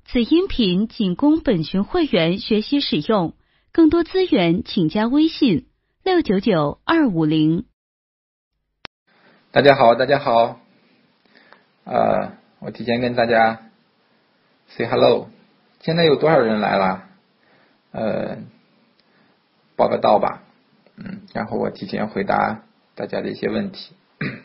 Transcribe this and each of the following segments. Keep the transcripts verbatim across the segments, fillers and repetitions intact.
此音频仅供本群会员学习使用，更多资源请加微信六九九二五零。 大家好，大家好，呃，我提前跟大家 say hello。现在有多少人来了？呃，报个到吧，嗯，然后我提前回答大家的一些问题。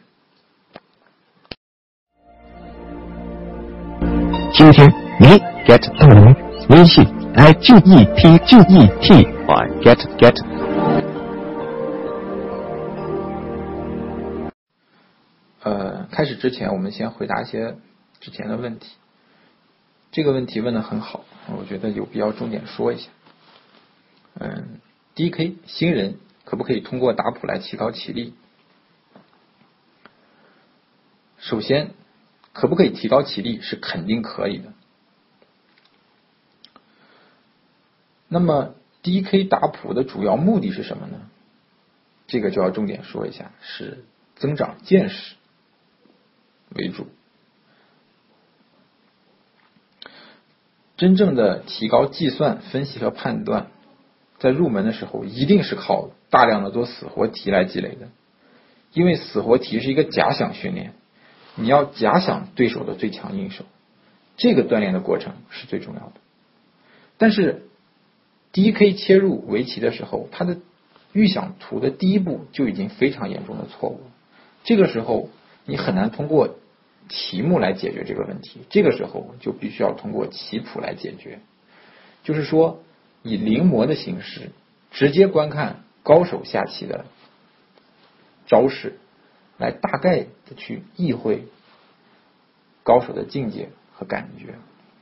今天你 get 到了吗？微信 i g e t g e t 或 get get。 呃，开始之前，我们先回答一些之前的问题。这个问题问得很好，我觉得有必要重点说一下。嗯 ，D K 新人可不可以通过打谱来提高棋力？首先，可不可以提高棋力是肯定可以的。那么 D K 打谱的主要目的是什么呢？这个就要重点说一下，是增长见识为主。真正的提高计算、分析和判断，在入门的时候一定是靠大量的做死活题来积累的。因为死活题是一个假想训练，你要假想对手的最强硬手，这个锻炼的过程是最重要的。但是 D K 切入围棋的时候，他的预想图的第一步就已经非常严重的错误了。这个时候你很难通过题目来解决这个问题，这个时候就必须要通过棋谱来解决。就是说，以临摹的形式直接观看高手下棋的招式，来大概的去意会高手的境界和感觉。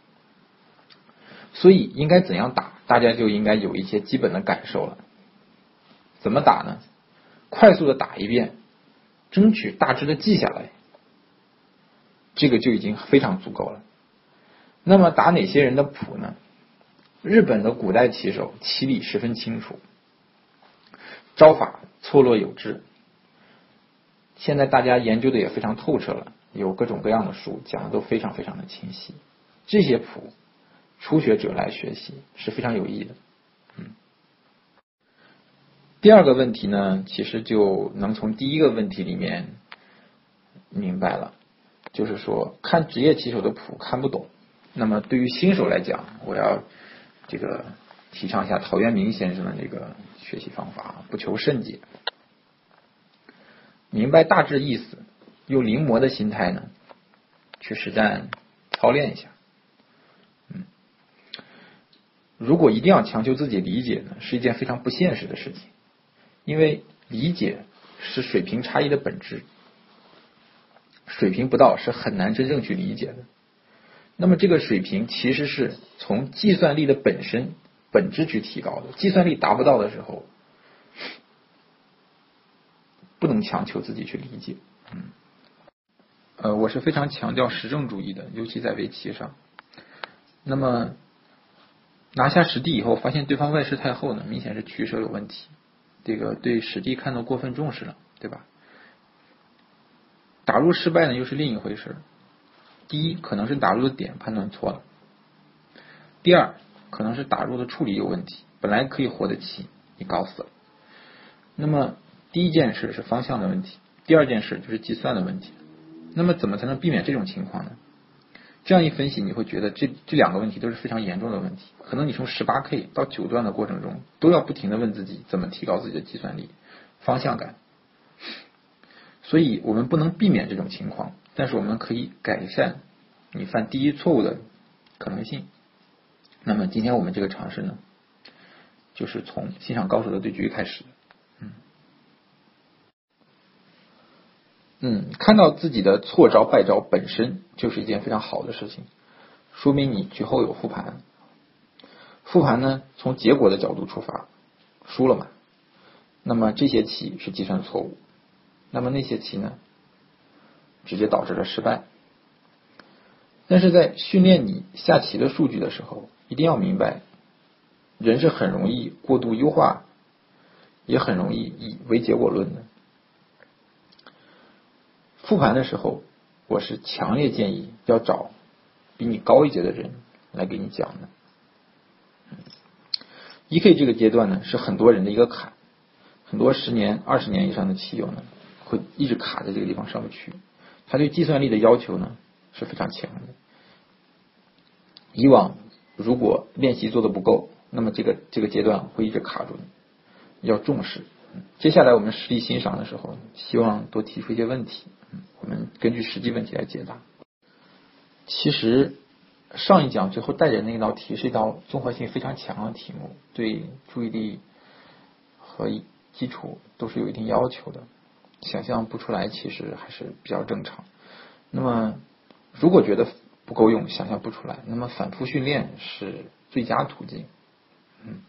所以应该怎样打，大家就应该有一些基本的感受了。怎么打呢？快速的打一遍，争取大致的记下来，这个就已经非常足够了。那么打哪些人的谱呢？日本的古代棋手棋理十分清楚，招法错落有致，现在大家研究的也非常透彻了，有各种各样的书讲的都非常非常的清晰。这些谱初学者来学习是非常有益的。嗯，第二个问题呢，其实就能从第一个问题里面明白了，就是说看职业棋手的谱看不懂。那么对于新手来讲，我要这个提倡一下陶渊明先生的这个学习方法，不求甚解，明白大致意思，用临摹的心态呢去实战操练一下。嗯，如果一定要强求自己理解呢，是一件非常不现实的事情，因为理解是水平差异的本质，水平不到是很难真正去理解的。那么这个水平其实是从计算力的本身本质去提高的，计算力达不到的时候，不能强求自己去理解。嗯，呃，我是非常强调实证主义的，尤其在围棋上。那么拿下实地以后，发现对方外势太厚呢，明显是取舍有问题，这个对实地看得过分重视了，对吧？打入失败呢，又是另一回事。第一，可能是打入的点判断错了；第二，可能是打入的处理有问题，本来可以活的棋你搞死了。那么第一件事是方向的问题，第二件事就是计算的问题。那么怎么才能避免这种情况呢？这样一分析，你会觉得这这两个问题都是非常严重的问题。可能你从 十八K 到九段的过程中，都要不停的问自己怎么提高自己的计算力、方向感。所以我们不能避免这种情况，但是我们可以改善你犯第一错误的可能性。那么今天我们这个尝试呢，就是从欣赏高手的对局开始。嗯，嗯，看到自己的错招败招本身就是一件非常好的事情，说明你局后有复盘。复盘呢，从结果的角度出发，输了嘛，那么这些棋是计算错误，那么那些棋呢，直接导致了失败。但是在训练你下棋的数据的时候，一定要明白，人是很容易过度优化，也很容易以为结果论的。复盘的时候，我是强烈建议要找比你高一截的人来给你讲的。E K 这个阶段呢，是很多人的一个坎，很多十年、二十年以上的棋友呢，会一直卡在这个地方上不去。他对计算力的要求呢是非常强的。以往如果练习做的不够，那么这个这个阶段会一直卡住你，要重视。接下来我们实地欣赏的时候，希望多提出一些问题，我们根据实际问题来解答。其实上一讲最后带着那道题是一道综合性非常强的题目，对注意力和基础都是有一定要求的，想象不出来其实还是比较正常。那么如果觉得不够用，想象不出来，那么反复训练是最佳途径。嗯，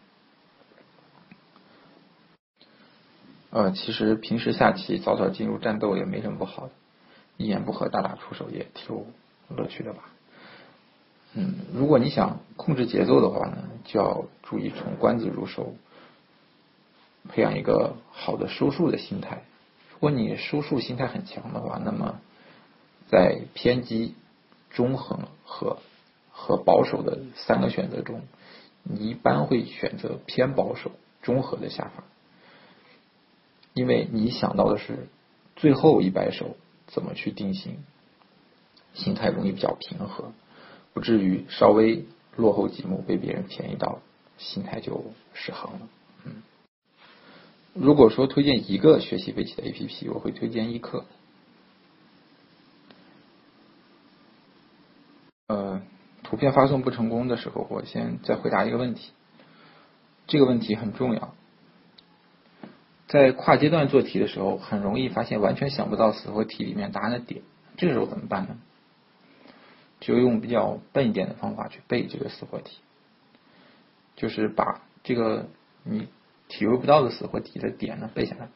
呃，其实平时下棋早早进入战斗也没什么不好的，一言不合大打出手也挺有乐趣的吧。嗯，如果你想控制节奏的话呢，就要注意从官子入手，培养一个好的收束的心态。如果你收束心态很强的话，那么在偏激、中横和和保守的三个选择中，你一般会选择偏保守、中和的下法，因为你想到的是最后一摆手怎么去定型，心态容易比较平和，不至于稍微落后几目被别人便宜到，心态就失衡了。嗯，如果说推荐一个学习围棋的 A P P， 我会推荐一课。呃，图片发送不成功的时候，我先再回答一个问题。这个问题很重要。在跨阶段做题的时候，很容易发现完全想不到死活题里面答案的点，这个时候怎么办呢？就用比较笨一点的方法去背这个死活题，就是把这个你体会不到的死活题的点呢背下来，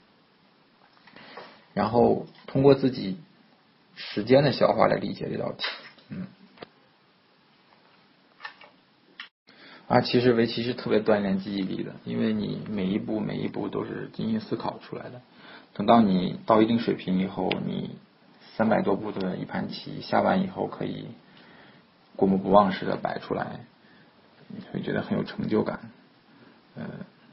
然后通过自己时间的消化来理解这道题。嗯，啊，其实围棋是特别锻炼记忆力的，因为你每一步每一步都是精心思考出来的。等到你到一定水平以后，你三百多步的一盘棋下完以后，可以过目不忘似的摆出来，你会觉得很有成就感，呃，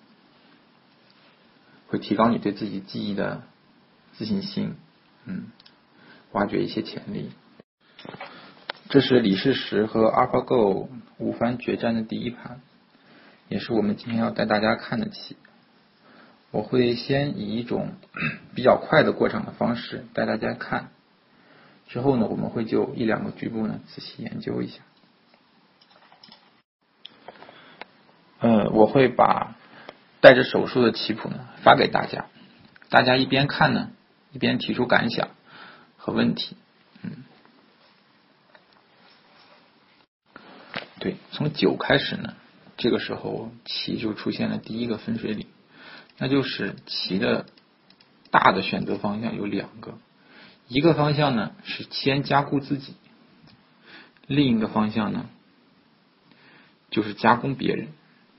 会提高你对自己记忆的自信心，嗯，挖掘一些潜力。这是李世石和 AlphaGo 五番决战的第一盘，也是我们今天要带大家看的棋。我会先以一种比较快的过场的方式带大家看，之后呢，我们会就一两个局部呢仔细研究一下。呃，我会把带着手书的棋谱呢发给大家，大家一边看呢，一边提出感想和问题。嗯，对，从九开始呢，这个时候棋就出现了第一个分水岭，那就是棋的大的选择方向有两个，一个方向呢是先加固自己，另一个方向呢就是加工别人，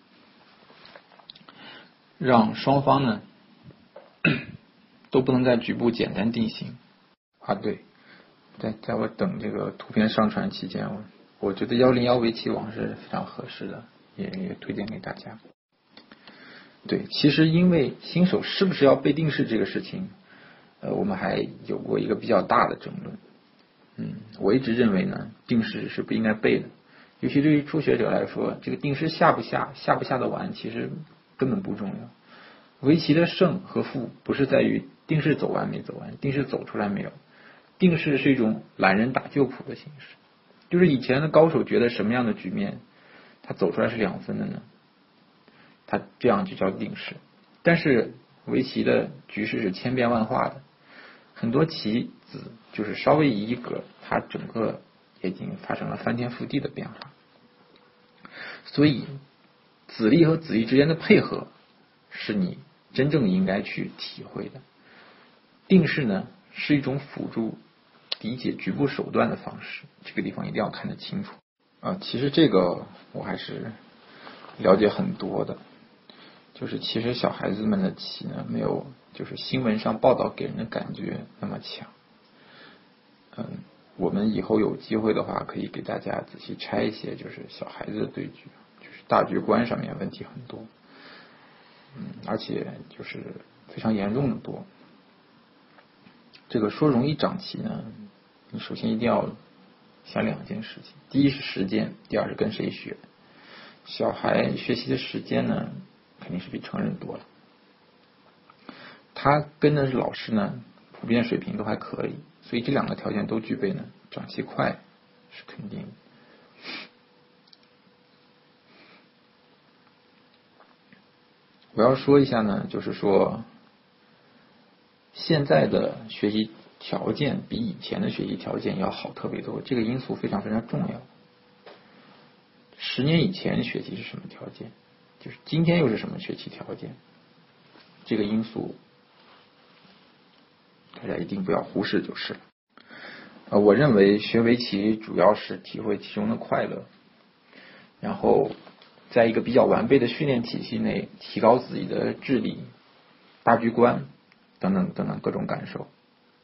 让双方呢都不能在局部简单定型。啊，对，在在我等这个图片上传期间，我我觉得幺零幺围棋网是非常合适的，也也推荐给大家。对，其实因为新手是不是要背定式这个事情，呃，我们还有过一个比较大的争论。嗯，我一直认为呢，定式是不应该背的，尤其对于初学者来说，这个定式下不下、下不下得完，其实根本不重要。围棋的胜和负不是在于定式走完没走完，定式走出来没有。定式是一种懒人打旧谱的形式，就是以前的高手觉得什么样的局面，他走出来是两分的呢？他这样就叫定式。但是围棋的局势是千变万化的，很多棋子就是稍微移一格，它整个已经发生了翻天覆地的变化。所以子力和子力之间的配合是你真正应该去体会的。定式呢是一种辅助理解局部手段的方式，这个地方一定要看得清楚啊。其实这个我还是了解很多的，就是其实小孩子们的棋呢，没有就是新闻上报道给人的感觉那么强。嗯， 我们以后有机会的话，可以给大家仔细拆一些，就是小孩子的对局，就是大局观上面问题很多，嗯，而且就是非常严重的多。这个说容易长棋呢，你首先一定要想两件事情，第一是时间，第二是跟谁学。小孩学习的时间呢，肯定是比成人多了。他跟的是老师呢，普遍水平都还可以，所以这两个条件都具备呢，长棋快是肯定的。我要说一下呢，就是说现在的学习条件比以前的学习条件要好特别多，这个因素非常非常重要。十年以前学习是什么条件，就是今天又是什么学习条件，这个因素大家一定不要忽视就是了。呃，我认为学围棋主要是体会其中的快乐，然后在一个比较完备的训练体系内，提高自己的智力、大局观等等等等各种感受。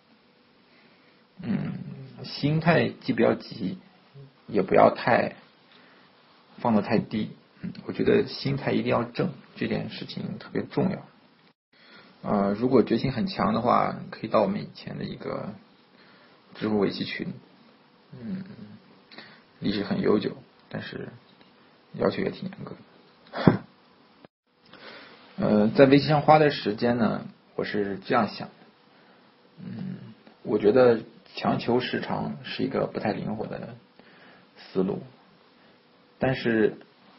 嗯，心态既不要急，也不要太放得太低。嗯，我觉得心态一定要正，这件事情特别重要。呃，如果决心很强的话，可以到我们以前的一个知乎围棋群，嗯，历史很悠久，但是要求也挺严格的。呃，在围棋上花的时间呢，我是这样想的，嗯，我觉得强求时长是一个不太灵活的思路，但是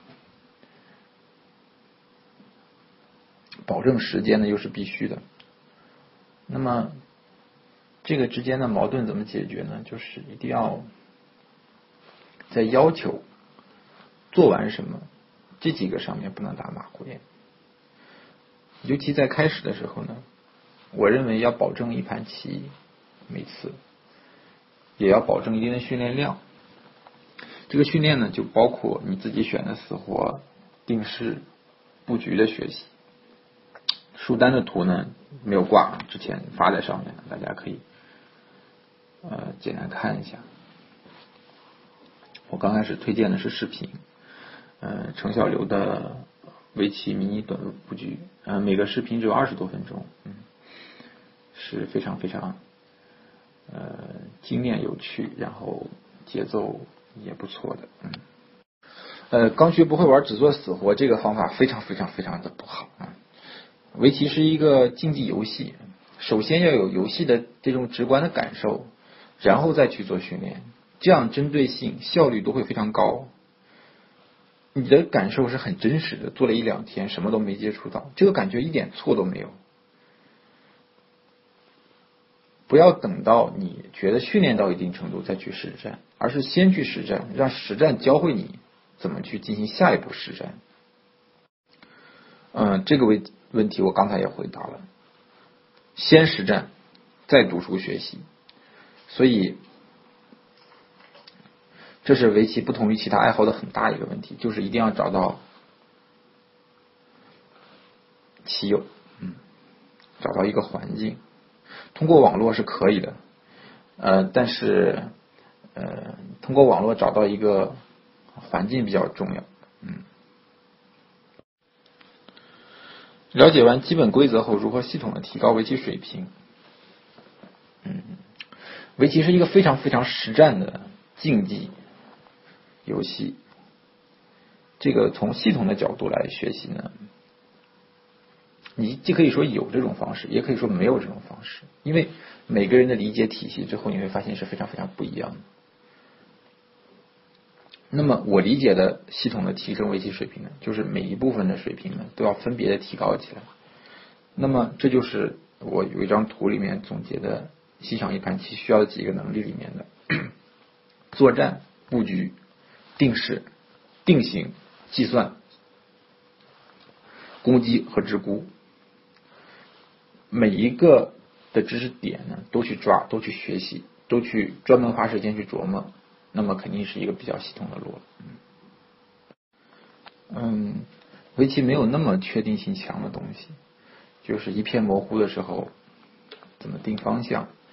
保证时间呢又是必须的。那么这个之间的矛盾怎么解决呢？就是一定要在要求做完什么这几个上面不能打马虎眼。尤其在开始的时候呢，我认为要保证一盘棋每次也要保证一定的训练量。这个训练呢，就包括你自己选的死活、定式、布局的学习。书单的图呢没有挂，之前发在上面，大家可以呃简单看一下。我刚开始推荐的是视频，呃，程小流的围棋迷你短布局，呃，每个视频只有二十多分钟，嗯，是非常非常呃精炼有趣，然后节奏也不错的，嗯。呃，刚学不会玩只做死活这个方法非常非常非常的不好啊。围棋是一个竞技游戏，首先要有游戏的这种直观的感受，然后再去做训练，这样针对性效率都会非常高。你的感受是很真实的，做了一两天什么都没接触到，这个感觉一点错都没有。不要等到你觉得训练到一定程度再去实战，而是先去实战，让实战教会你怎么去进行下一步实战。嗯，这个问问题我刚才也回答了，先实战，再读书学习。所以，这是围棋不同于其他爱好的很大一个问题，就是一定要找到棋友，嗯，找到一个环境。通过网络是可以的，呃，但是呃，通过网络找到一个环境比较重要，嗯。了解完基本规则后，如何系统的提高围棋水平？嗯，围棋是一个非常非常实战的竞技游戏。这个从系统的角度来学习呢，你既可以说有这种方式，也可以说没有这种方式，因为每个人的理解体系最后你会发现是非常非常不一样的。那么我理解的系统的提升围棋水平呢，就是每一部分的水平呢都要分别的提高起来。那么这就是我有一张图里面总结的细想一盘棋需要的几个能力里面的作战、布局、定式、定型、计算、攻击和直估。每一个的知识点呢都去抓，都去学习，都去专门花时间去琢磨，那么肯定是一个比较系统的路了。嗯，围棋没有那么确定性强的东西，就是一片模糊的时候怎么定方向，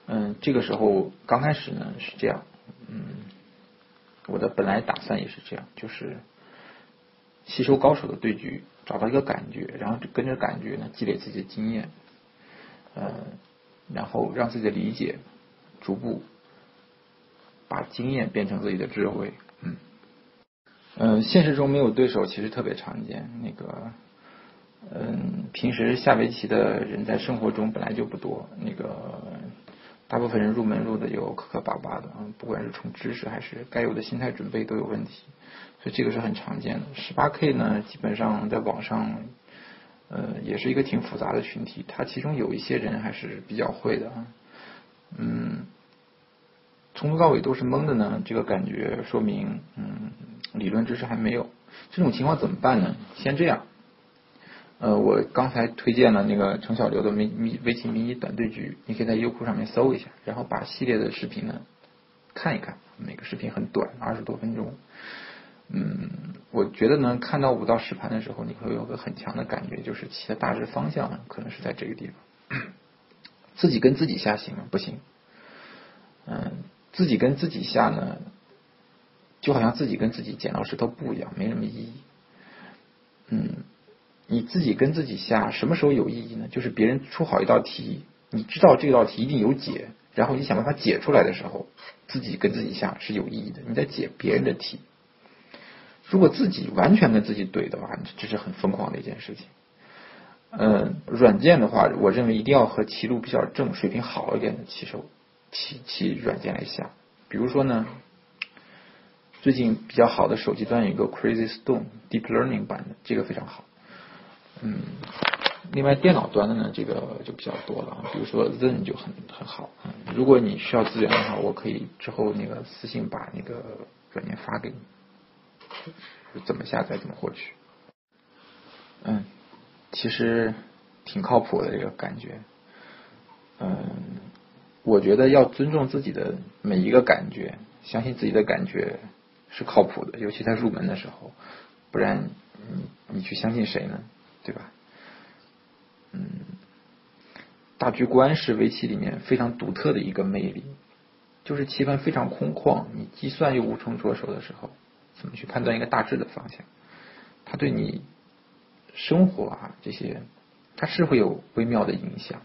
嗯，这个时候刚开始呢是这样，嗯，我的本来打算也是这样，就是吸收高手的对局，找到一个感觉，然后跟着感觉呢积累自己的经验，呃，然后让自己的理解逐步把经验变成自己的智慧。嗯，呃，现实中没有对手其实特别常见，那个。嗯，平时下围棋的人在生活中本来就不多，那个大部分人入门入的有磕磕巴巴的，不管是从知识还是该有的心态准备都有问题，所以这个是很常见的。十八 K 呢，基本上在网上，呃，也是一个挺复杂的群体，它其中有一些人还是比较会的，嗯，从头到尾都是懵的呢，这个感觉说明，嗯，理论知识还没有。这种情况怎么办呢？先这样。呃，我刚才推荐了那个程小流的迷迷围棋迷你短对局，你可以在优酷上面搜一下，然后把系列的视频呢看一看，每个视频很短，二十多分钟。嗯，我觉得呢，看到五到十盘的时候，你会有个很强的感觉，就是棋的大致方向呢，可能是在这个地方。自己跟自己下行吗？不行。嗯，自己跟自己下呢，就好像自己跟自己剪刀石头布一样，没什么意义。嗯。你自己跟自己下，什么时候有意义呢？就是别人出好一道题，你知道这道题一定有解，然后你想办法解出来的时候，自己跟自己下是有意义的。你在解别人的题，如果自己完全跟自己对的话，这是很疯狂的一件事情。嗯，软件的话，我认为一定要和棋路比较正、水平好一点的棋手、棋棋软件来下。比如说呢，最近比较好的手机端有一个 Crazy Stone Deep Learning 版的，这个非常好。嗯，另外电脑端的呢，这个就比较多了，比如说 Zen 就很很好。嗯，如果你需要资源的话，我可以之后那个私信把那个软件发给你，怎么下载怎么获取。嗯，其实挺靠谱的这个感觉。嗯，我觉得要尊重自己的每一个感觉，相信自己的感觉是靠谱的，尤其在入门的时候，不然你你去相信谁呢？对吧？嗯，大局观是围棋里面非常独特的一个魅力，就是棋盘非常空旷，你计算又无从着手的时候，怎么去判断一个大致的方向？它对你生活啊这些，它是会有微妙的影响，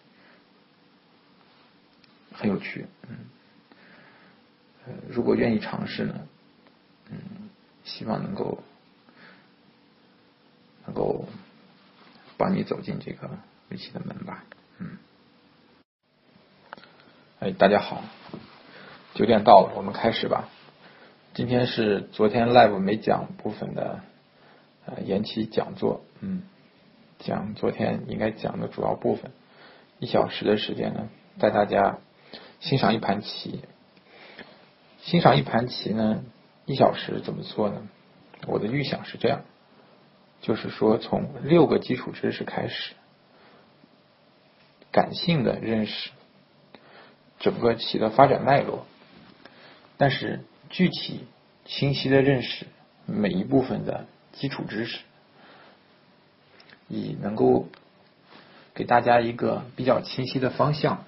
很有趣。嗯，呃，如果愿意尝试呢，嗯，希望能够能够帮你走进这个围棋的门吧。嗯，哎，大家好，九点到了，我们开始吧。今天是昨天 live 没讲部分的呃延期讲座，嗯，讲昨天应该讲的主要部分，一小时的时间呢，带大家欣赏一盘棋。欣赏一盘棋呢，一小时怎么做呢？我的预想是这样，就是说从六个基础知识开始，感性的认识整个棋的发展脉络，但是具体清晰的认识每一部分的基础知识，以能够给大家一个比较清晰的方向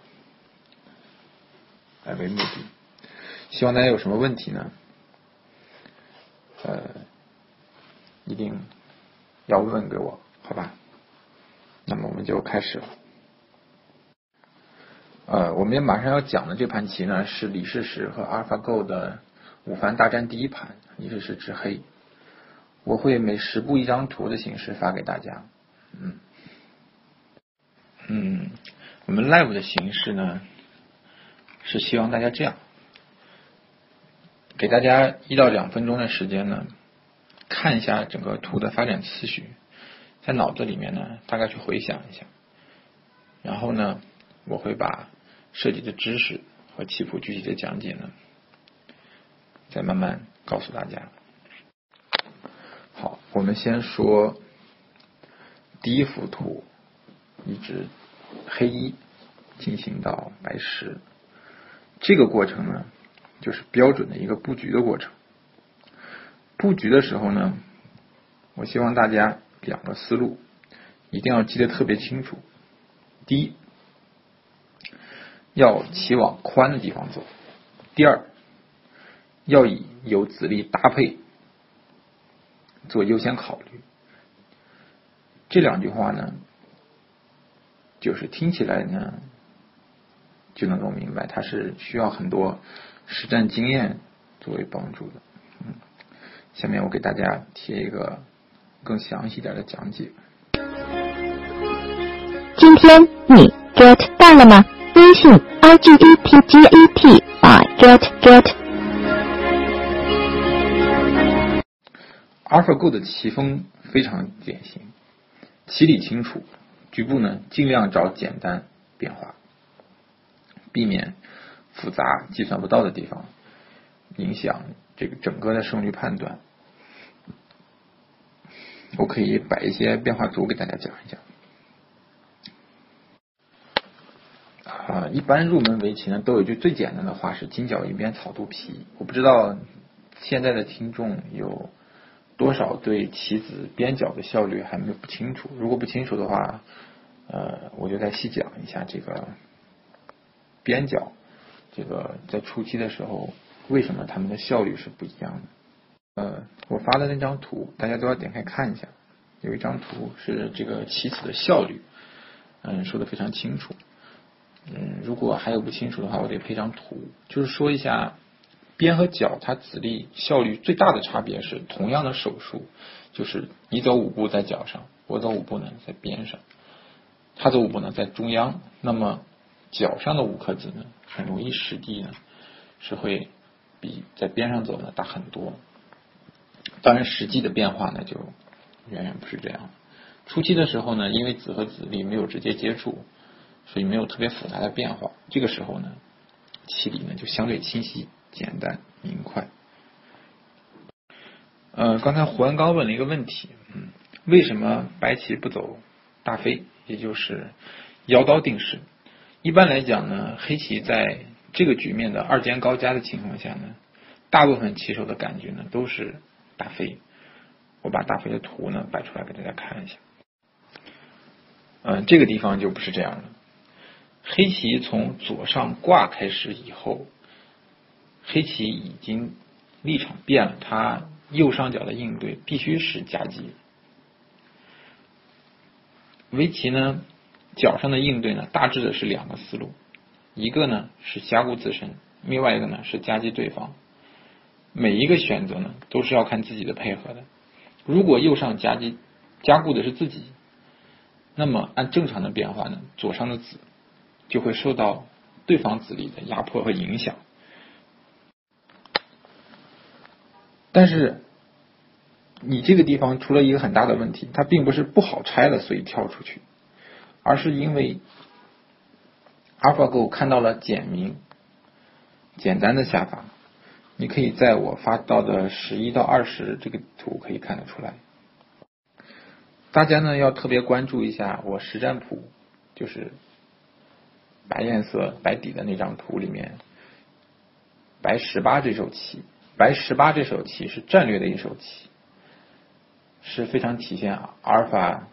来为目的。希望大家有什么问题呢？呃，一定要问给我，好吧？那么我们就开始了。呃，我们马上要讲的这盘棋呢，是李世石和 AlphaGo 的五番大战第一盘，李世石执黑。我会每十步一张图的形式发给大家。嗯嗯，我们 live 的形式呢，是希望大家这样，给大家一到两分钟的时间呢，看一下整个图的发展次序，在脑子里面呢大概去回想一下，然后呢我会把涉及的知识和棋谱具体的讲解呢再慢慢告诉大家。好，我们先说第一幅图，一直黑一进行到白十，这个过程呢就是标准的一个布局的过程。布局的时候呢，我希望大家两个思路一定要记得特别清楚。第一， 要棋往宽的地方走。第二，要以有子力搭配做优先考虑。这两句话呢，就是听起来呢就能够明白，它是需要很多实战经验作为帮助的。嗯，下面我给大家贴一个更详细点的讲解。 今天你 get 到了吗？微信 i g e t g e t by get get。 AlphaGo 的棋风非常典型，棋理清楚，局部呢尽量找简单变化，避免复杂计算不到的地方，影响这个整个的胜率判断。我可以摆一些变化图给大家讲一讲。啊，一般入门围棋呢，都有一句最简单的话是金角银边草肚皮。我不知道现在的听众有多少对棋子边角的效率还没有不清楚。如果不清楚的话，呃，我就再细讲一下这个边角，这个在初期的时候为什么它们的效率是不一样的。呃，我发的那张图大家都要点开看一下，有一张图是这个棋子的效率，嗯，说的非常清楚。嗯，如果还有不清楚的话，我得配张图，就是说一下边和角它子力效率最大的差别是同样的手数，就是你走五步在角上，我走五步呢在边上，他走五步呢在中央，那么角上的五颗子呢很容易实地呢是会比在边上走的大很多。当然实际的变化呢就远远不是这样。初期的时候呢，因为子和子力没有直接接触，所以没有特别复杂的变化，这个时候呢棋理呢就相对清晰简单明快。呃，刚才胡安刚问了一个问题，嗯，为什么白棋不走大飞，也就是摇刀定式？一般来讲呢，黑棋在这个局面的二间高加的情况下呢，大部分棋手的感觉呢都是大飞。我把大飞的图呢摆出来给大家看一下。嗯、呃，这个地方就不是这样的。黑棋从左上挂开始以后，黑棋已经立场变了，它右上角的应对必须是夹击。围棋呢，角上的应对呢，大致的是两个思路，一个呢是加固自身，另外一个呢是夹击对方。每一个选择呢，都是要看自己的配合的。如果右上夹击加固的是自己，那么按正常的变化呢，左上的子就会受到对方子力的压迫和影响。但是你这个地方出了一个很大的问题，它并不是不好拆了所以跳出去，而是因为 AlphaGo 看到了简明简单的下法。你可以在我发到的十一到二十这个图可以看得出来。大家呢要特别关注一下我实战谱，就是白颜色白底的那张图里面，白十八这手棋，白十八这手棋是战略的一手棋，是非常体现 AlphaGo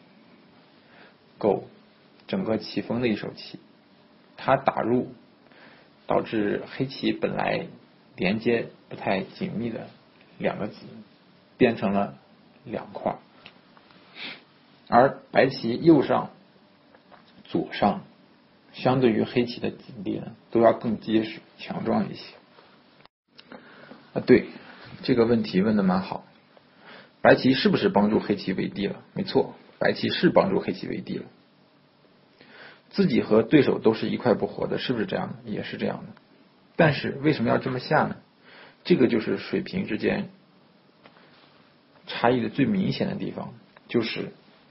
整个棋风的一手棋。它打入导致黑棋本来连接不太紧密的两个子变成了两块，而白棋右上左上相对于黑棋的子力呢都要更结实强壮一些。啊，对，这个问题问得蛮好。白棋是不是帮助黑棋围地了？没错，白棋是帮助黑棋围地了。自己和对手都是一块不活的，是不是这样的？也是这样的。但是为什么要这么下呢？这个就是水平之间差异的最明显的地方，就是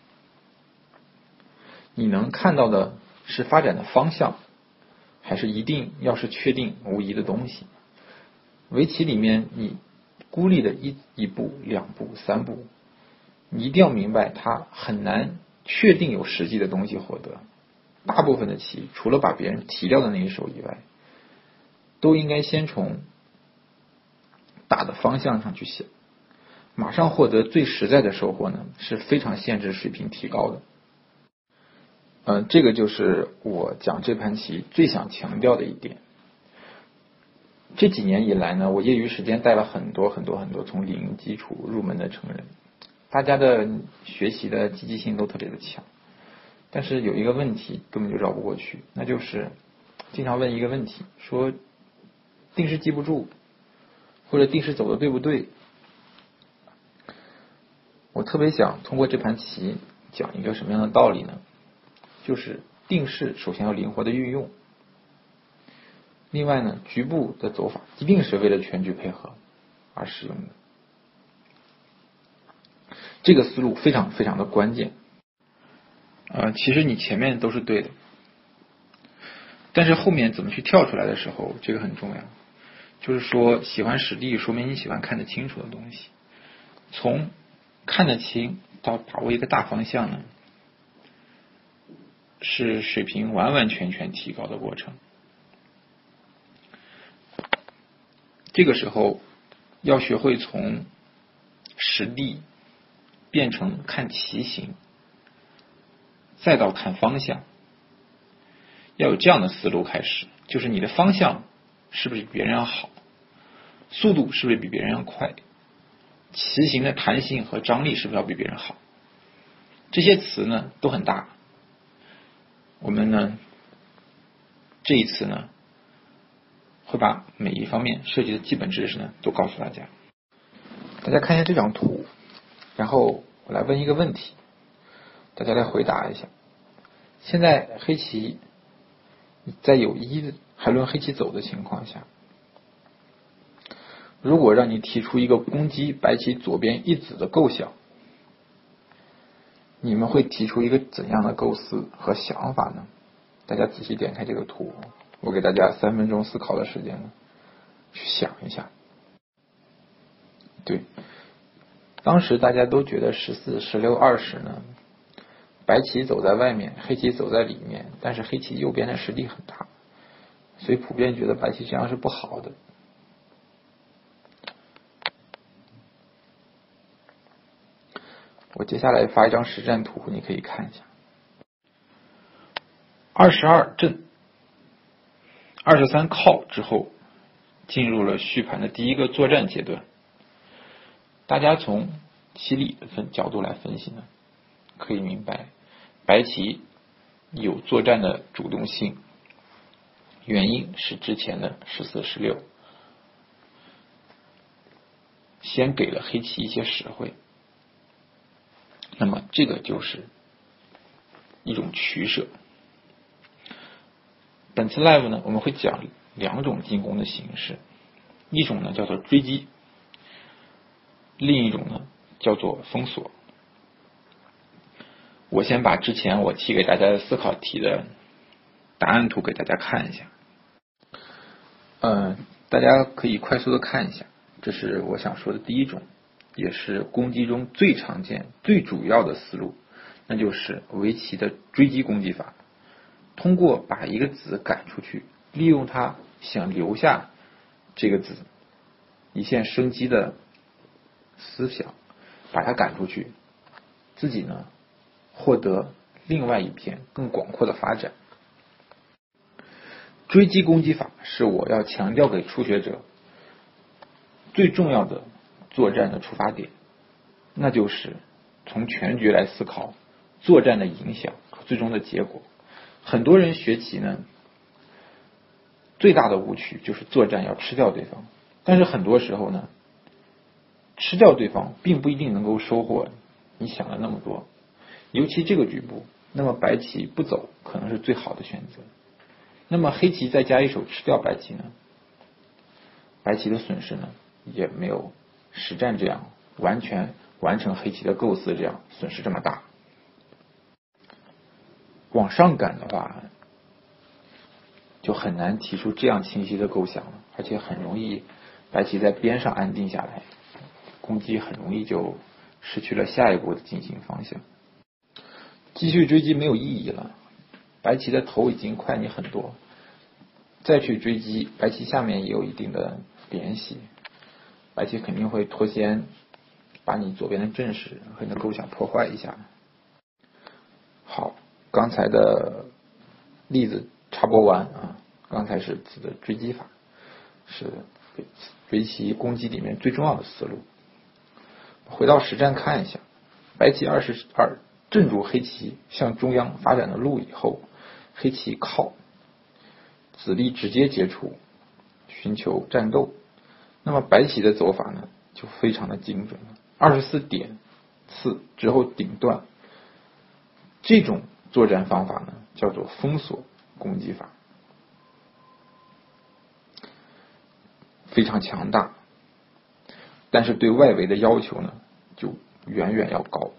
你能看到的是发展的方向，还是一定要是确定无疑的东西。围棋里面你孤立的一一步两步三步，你一定要明白它很难确定有实际的东西获得。大部分的棋除了把别人提掉的那一手以外，都应该先从大的方向上去想，马上获得最实在的收获呢，是非常限制水平提高的。 呃，这个就是我讲这盘棋最想强调的一点。这几年以来呢，我业余时间带了很多很多很多从零基础入门的成人，大家的学习的积极性都特别的强，但是有一个问题根本就绕不过去，那就是经常问一个问题，说定式记不住，或者定式走的对不对。我特别想通过这盘棋讲一个什么样的道理呢？就是定式首先要灵活的运用，另外呢，局部的走法一定是为了全局配合而使用的，这个思路非常非常的关键。呃，其实你前面都是对的，但是后面怎么去跳出来的时候，这个很重要。就是说，喜欢实力，说明你喜欢看得清楚的东西。从看得清到把握一个大方向呢，是水平完完全全提高的过程。这个时候要学会从实力变成看棋形，再到看方向，要有这样的思路开始，就是你的方向是不是比别人要好，速度是不是比别人要快，棋形的弹性和张力是不是要比别人好。这些词呢都很大，我们呢这一次呢会把每一方面涉及的基本知识呢都告诉大家。大家看一下这张图，然后我来问一个问题，大家来回答一下。现在黑棋在有一还论黑棋走的情况下，如果让你提出一个攻击白棋左边一子的构想，你们会提出一个怎样的构思和想法呢？大家仔细点开这个图，我给大家三分钟思考的时间呢，去想一下。对，当时大家都觉得十四、十六、二十呢，白棋走在外面，黑棋走在里面，但是黑棋右边的实力很大，所以普遍觉得白棋这样是不好的。我接下来发一张实战图，你可以看一下。二十二阵，二十三靠之后，进入了续盘的第一个作战阶段。大家从棋理的分角度来分析呢，可以明白白棋有作战的主动性，原因是之前的十四、十六先给了黑棋一些实惠，那么这个就是一种取舍。本次 live 呢，我们会讲两种进攻的形式，一种呢叫做追击，另一种呢叫做封锁。我先把之前我提给大家的思考题的答案图给大家看一下。呃，大家可以快速的看一下，这是我想说的第一种，也是攻击中最常见、最主要的思路，那就是围棋的追击攻击法。通过把一个子赶出去，利用它想留下这个子一线生机的思想，把它赶出去，自己呢获得另外一片更广阔的发展。追击攻击法是我要强调给初学者最重要的作战的出发点，那就是从全局来思考作战的影响和最终的结果。很多人学棋呢，最大的误区就是作战要吃掉对方，但是很多时候呢，吃掉对方并不一定能够收获你想的那么多，尤其这个局部，那么白棋不走可能是最好的选择。那么黑棋再加一手吃掉白棋呢，白棋的损失呢也没有实战这样完全完成黑棋的构思这样损失这么大。往上赶的话，就很难提出这样清晰的构想了，而且很容易白棋在边上安定下来，攻击很容易就失去了下一步的进行方向。继续追击没有意义了，白棋的头已经快你很多，再去追击，白棋下面也有一定的联系，白棋肯定会脱先，把你左边的阵势和你的构想破坏一下。好， 刚才的例子插播完啊，刚才是子的追击法，是围棋攻击里面最重要的思路。回到实战看一下，白棋二十二镇住黑棋向中央发展的路以后，黑棋靠，子力直接接触，寻求战斗。那么白棋的走法呢，就非常的精准了。二十四点刺之后顶断，这种作战方法呢，叫做封锁攻击法，非常强大，但是对外围的要求呢，就远远要高。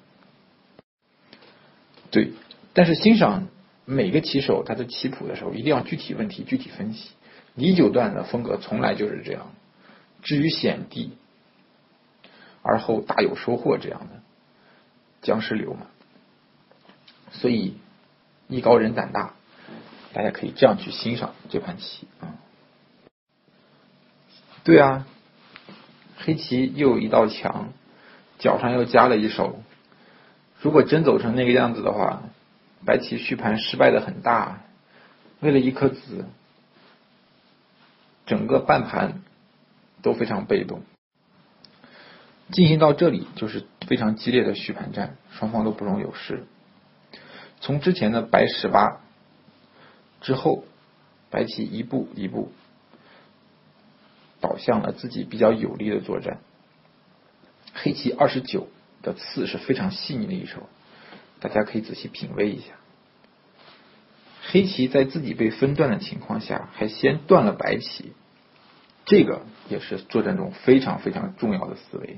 对，但是欣赏每个棋手他的棋谱的时候，一定要具体问题具体分析。李九段的风格从来就是这样，至于险地而后大有收获这样的僵尸流嘛。所以艺高人胆大，大家可以这样去欣赏这盘棋啊、嗯。对啊，黑棋又有一道墙，脚上又加了一手。如果真走成那个样子的话，白棋续盘失败的很大，为了一颗子，整个半盘都非常被动。进行到这里就是非常激烈的续盘战，双方都不容有失。从之前的白十八之后，白棋一步一步导向了自己比较有利的作战。黑棋二十九的刺是非常细腻的一手，大家可以仔细品味一下。黑棋在自己被分断的情况下，还先断了白棋，这个也是作战中非常非常重要的思维。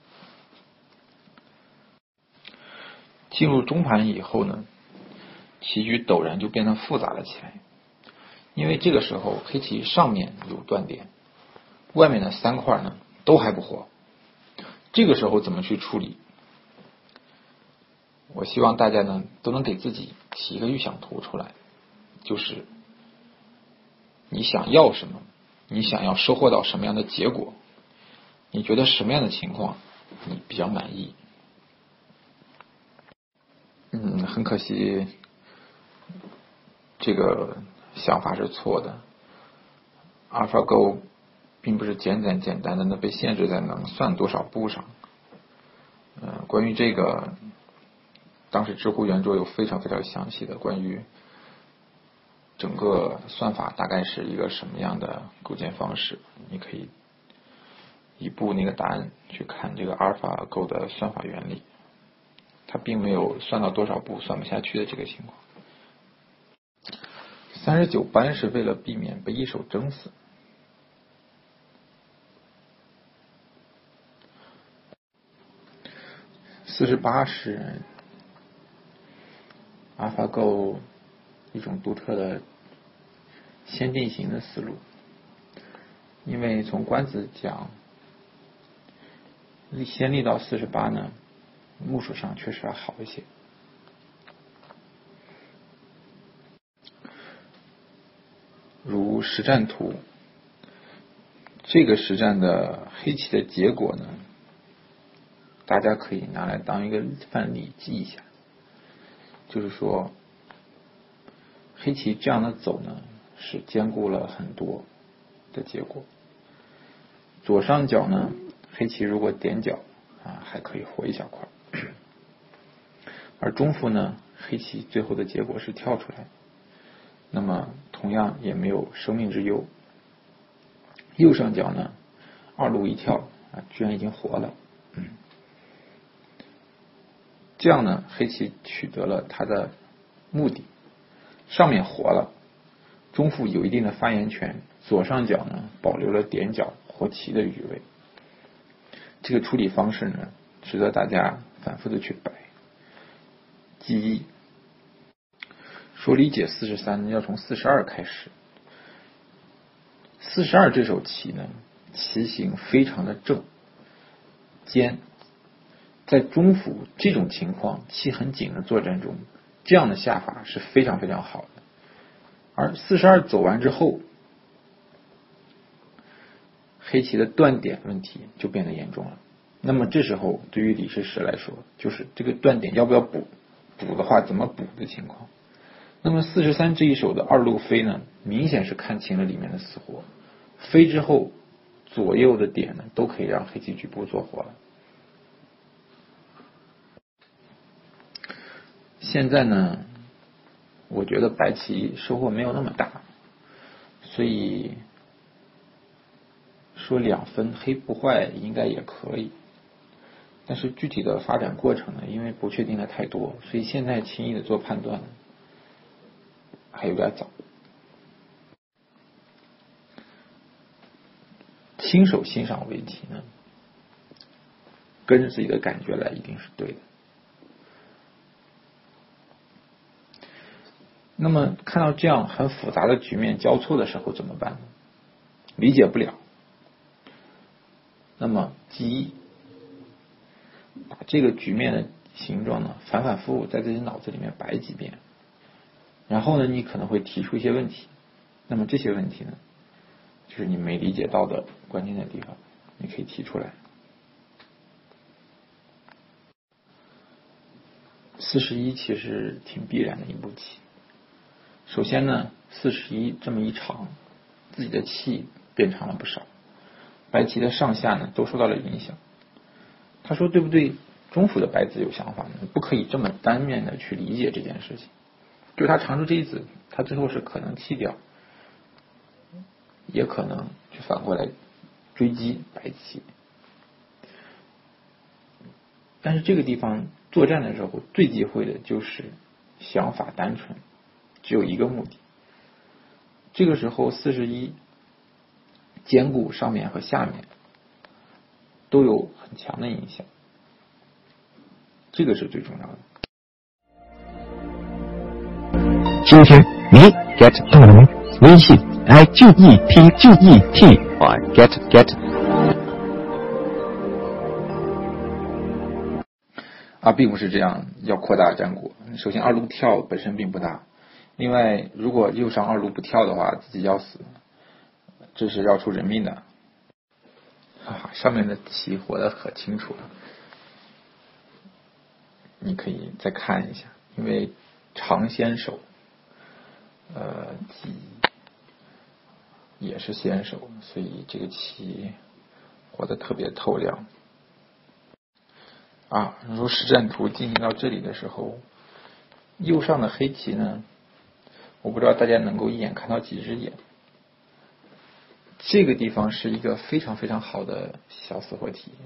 进入中盘以后呢，棋局陡然就变得复杂了起来，因为这个时候黑棋上面有断点，外面的三块呢都还不活，这个时候怎么去处理？我希望大家呢都能给自己起一个预想图出来，就是你想要什么，你想要收获到什么样的结果，你觉得什么样的情况你比较满意。嗯，很可惜这个想法是错的。AlphaGo 并不是简简简单的被限制在能算多少步上。呃，关于这个，当时知乎圆桌有非常非常详细的关于整个算法大概是一个什么样的构建方式，你可以一步那个答案去看这个 AlphaGo 的算法原理，它并没有算到多少步算不下去的这个情况。三十九班是为了避免被一手整死。四十八是 AlphaGo 一种独特的先定型的思路，因为从官子讲，先立到四十八呢，目数上确实要好一些。如实战图，这个实战的黑棋的结果呢，大家可以拿来当一个范例记一下。就是说，黑棋这样的走呢，是兼顾了很多的结果。左上角呢，黑棋如果点角啊，还可以活一小块。而中府呢，黑棋最后的结果是跳出来，那么同样也没有生命之忧。右上角呢，二路一跳啊，居然已经活了。嗯，这样呢，黑棋取得了它的目的，上面活了，中府有一定的发言权，左上角呢保留了点角活棋的余味。这个处理方式呢，值得大家反复的去摆记忆。说理解四十三要从四十二开始。四十二这手棋呢，棋形非常的正尖，在中府这种情况气很紧的作战中，这样的下法是非常非常好的。而四十二走完之后，黑棋的断点问题就变得严重了。那么这时候对于李世石来说，就是这个断点要不要补，补的话怎么补的情况。 那么四十三这一手的二路飞呢，明显是看清了里面的死活，飞之后左右的点呢都可以让黑棋局部做活了。现在呢，我觉得白棋收获没有那么大，所以说两分黑不坏应该也可以。但是具体的发展过程呢，因为不确定的太多，所以现在轻易的做判断还有点早。新手欣赏围棋呢，跟着自己的感觉来一定是对的。那么看到这样很复杂的局面交错的时候怎么办呢？理解不了。那么记忆，把这个局面的形状呢反反复复在自己脑子里面摆几遍，然后呢你可能会提出一些问题，那么这些问题呢就是你没理解到的关键的地方，你可以提出来。四十一其实挺必然的一步棋。首先呢，四十一这么一长，自己的气变长了不少，白棋的上下呢都受到了影响。他说对不对？中府的白子有想法呢，不可以这么单面的去理解这件事情。就是他长出这一子，他最后是可能弃掉，也可能去反过来追击白棋。但是这个地方作战的时候最忌讳的就是想法单纯，只有一个目的。这个时候四十一兼顾上面和下面都有很强的影响，这个是最重要的。 今天你 get 到了吗？微信 i g e t g e t y get get 啊，并不是这样，要扩大战果。首先二路跳本身并不大，另外如果右上二路不跳的话，自己要死，这是要出人命的。啊，上面的棋活得可清楚了，你可以再看一下，因为长先手，呃，己也是先手，所以这个棋活得特别透亮。啊，如果实战图进行到这里的时候，右上的黑棋呢，我不知道大家能够一眼看到几只眼。这个地方是一个非常非常好的小死活题。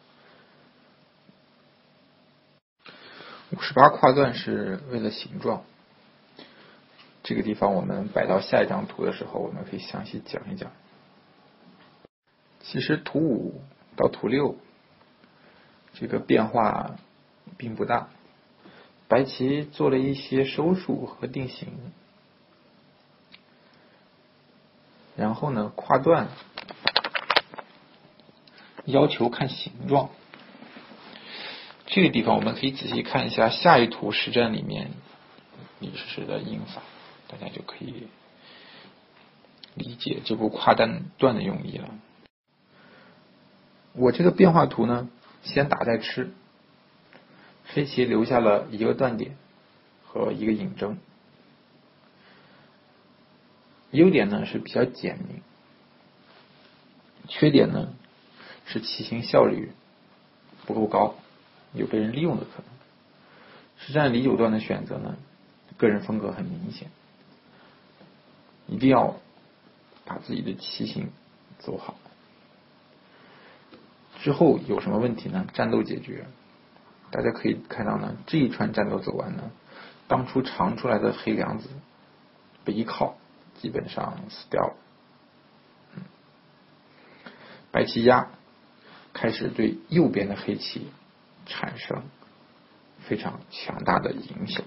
五十八跨断是为了形状，这个地方我们摆到下一张图的时候，我们可以详细讲一讲。其实图五到图六这个变化并不大，白棋做了一些收束和定型，然后呢跨断要求看形状。这个地方我们可以仔细看一下下一图实战里面李师的应法，大家就可以理解这步跨断断的用意了。我这个变化图呢，先打再吃，黑棋留下了一个断点和一个引征。优点呢是比较简明，缺点呢是棋形效率不够高，有被人利用的可能。实战李九段的选择呢，个人风格很明显，一定要把自己的棋形走好。之后有什么问题呢？战斗解决，大家可以看到呢，这一串战斗走完呢，当初长出来的黑两子被一靠，基本上死掉了。嗯、白棋压开始对右边的黑棋产生非常强大的影响，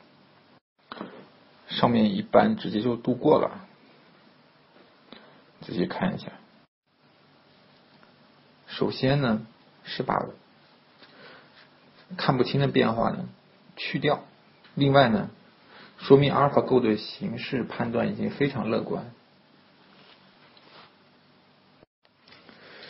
上面一般直接就度过了。仔细看一下，首先呢是把看不清的变化呢去掉，另外呢说明阿尔法狗的形势判断已经非常乐观。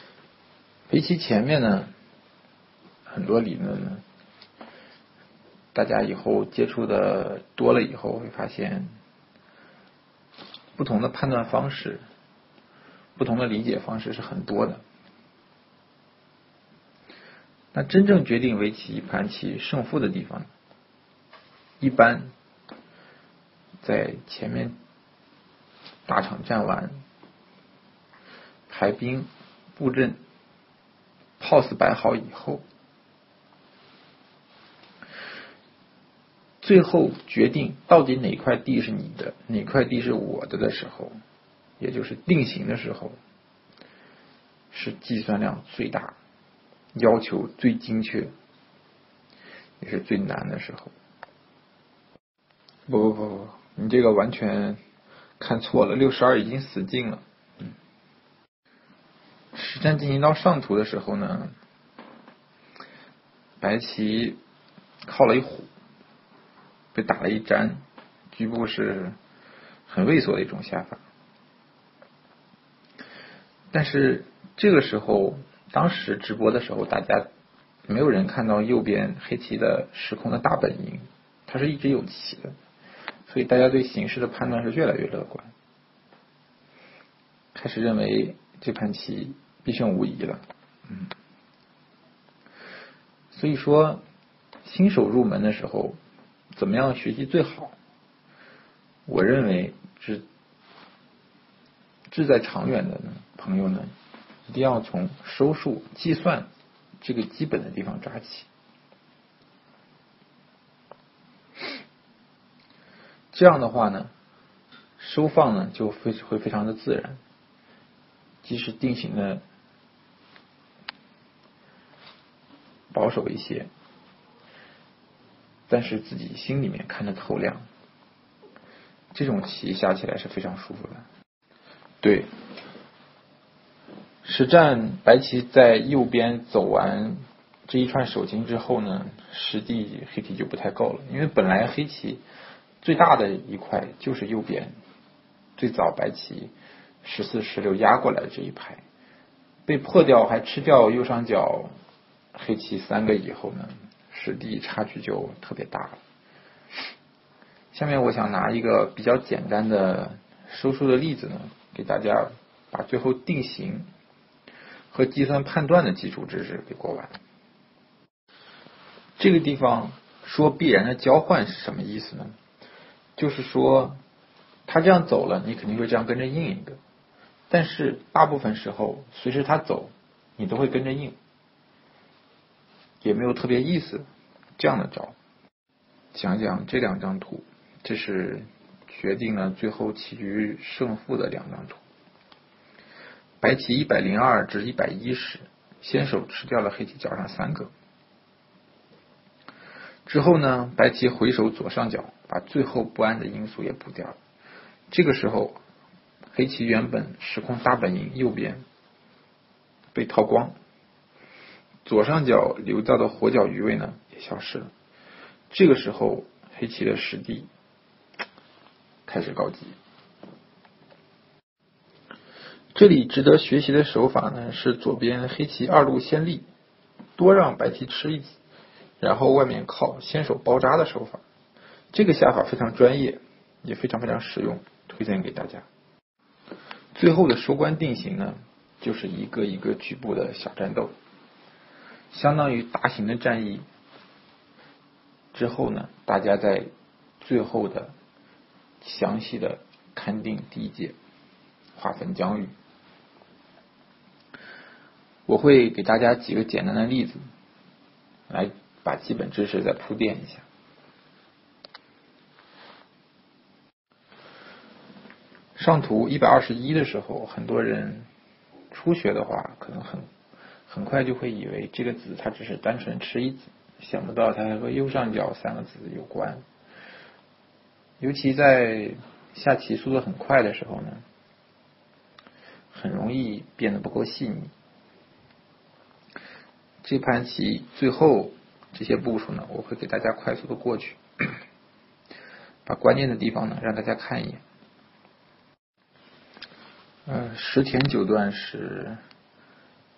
围棋前面呢很多理论呢大家以后接触的多了以后，会发现不同的判断方式，不同的理解方式是很多的。那真正决定围棋一盘棋胜负的地方，一般在前面大场战完，排兵布阵 pose 摆好以后，最后决定到底哪块地是你的，哪块地是我的的时候，也就是定型的时候，是计算量最大，要求最精确，也是最难的时候。不不不不，你这个完全看错了，六十二已经死定了。嗯，实战进行到上图的时候呢，白棋靠了一虎，被打了一粘，局部是很畏缩的一种下法。但是这个时候，当时直播的时候，大家没有人看到右边黑棋的时空的大本营，它是一直有棋的，所以大家对形势的判断是越来越乐观，开始认为这盘棋必胜无疑了。嗯，所以说新手入门的时候，怎么样学习最好？我认为是志在长远的朋友呢，一定要从收数计算这个基本的地方抓起。这样的话呢，收放呢就会会非常的自然，即使定型的保守一些，但是自己心里面看得透亮，这种棋下起来是非常舒服的。对，实战白棋在右边走完这一串手筋之后呢，实地黑棋就不太够了，因为本来黑棋最大的一块就是右边，最早白棋十四、十六压过来的这一排，被破掉还吃掉右上角黑棋三个以后呢，实地差距就特别大了。下面我想拿一个比较简单的收数的例子呢，给大家把最后定型和计算判断的基础知识给过完。这个地方说必然的交换是什么意思呢？就是说他这样走了，你肯定会这样跟着应一个，但是大部分时候随时他走你都会跟着应，也没有特别意思。这样的招讲讲这两张图，这是决定了最后棋局胜负的两张图。白棋一百零二至一百一十，先手吃掉了黑棋角上三个。之后呢，白棋回手左上角，把最后不安的因素也补掉了。这个时候，黑棋原本时空大本营右边被掏光，左上角留到的活角余位呢也消失了。这个时候，黑棋的实地开始告急。这里值得学习的手法呢，是左边黑棋二路先立，多让白棋吃一子，然后外面靠，先手包扎的手法。这个下法非常专业，也非常非常实用，推荐给大家。最后的收官定型呢，就是一个一个局部的小战斗，相当于大型的战役之后呢，大家在最后的详细的勘定地界，划分疆域。我会给大家几个简单的例子，来把基本知识再铺垫一下。上图一百二十一的时候，很多人初学的话，可能很很快就会以为这个子它只是单纯吃一子，想不到它和右上角三个子有关。尤其在下棋速度很快的时候呢，很容易变得不够细腻。这盘棋最后这些步数呢，我会给大家快速的过去，把关键的地方呢让大家看一眼。呃，石田九段是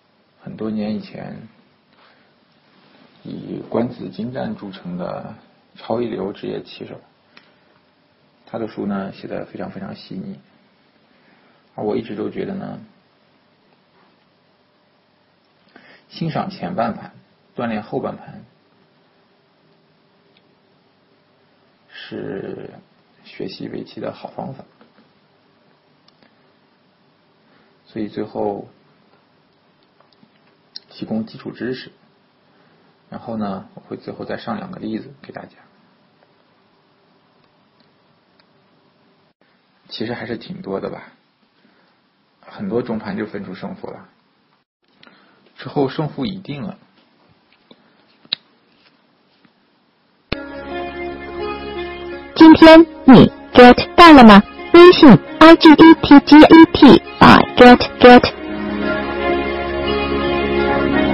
很多年以前以官子精湛著称的超一流职业棋手，他的书呢写得非常非常细腻，而我一直都觉得呢，欣赏前半盘，锻炼后半盘，是学习围棋的好方法。所以最后提供基础知识，然后呢，我会最后再上两个例子给大家。其实还是挺多的吧，很多中盘就分出胜负了，之后胜负已定了。 今天你 get 到了吗？微信 i g e t g e t 把 get get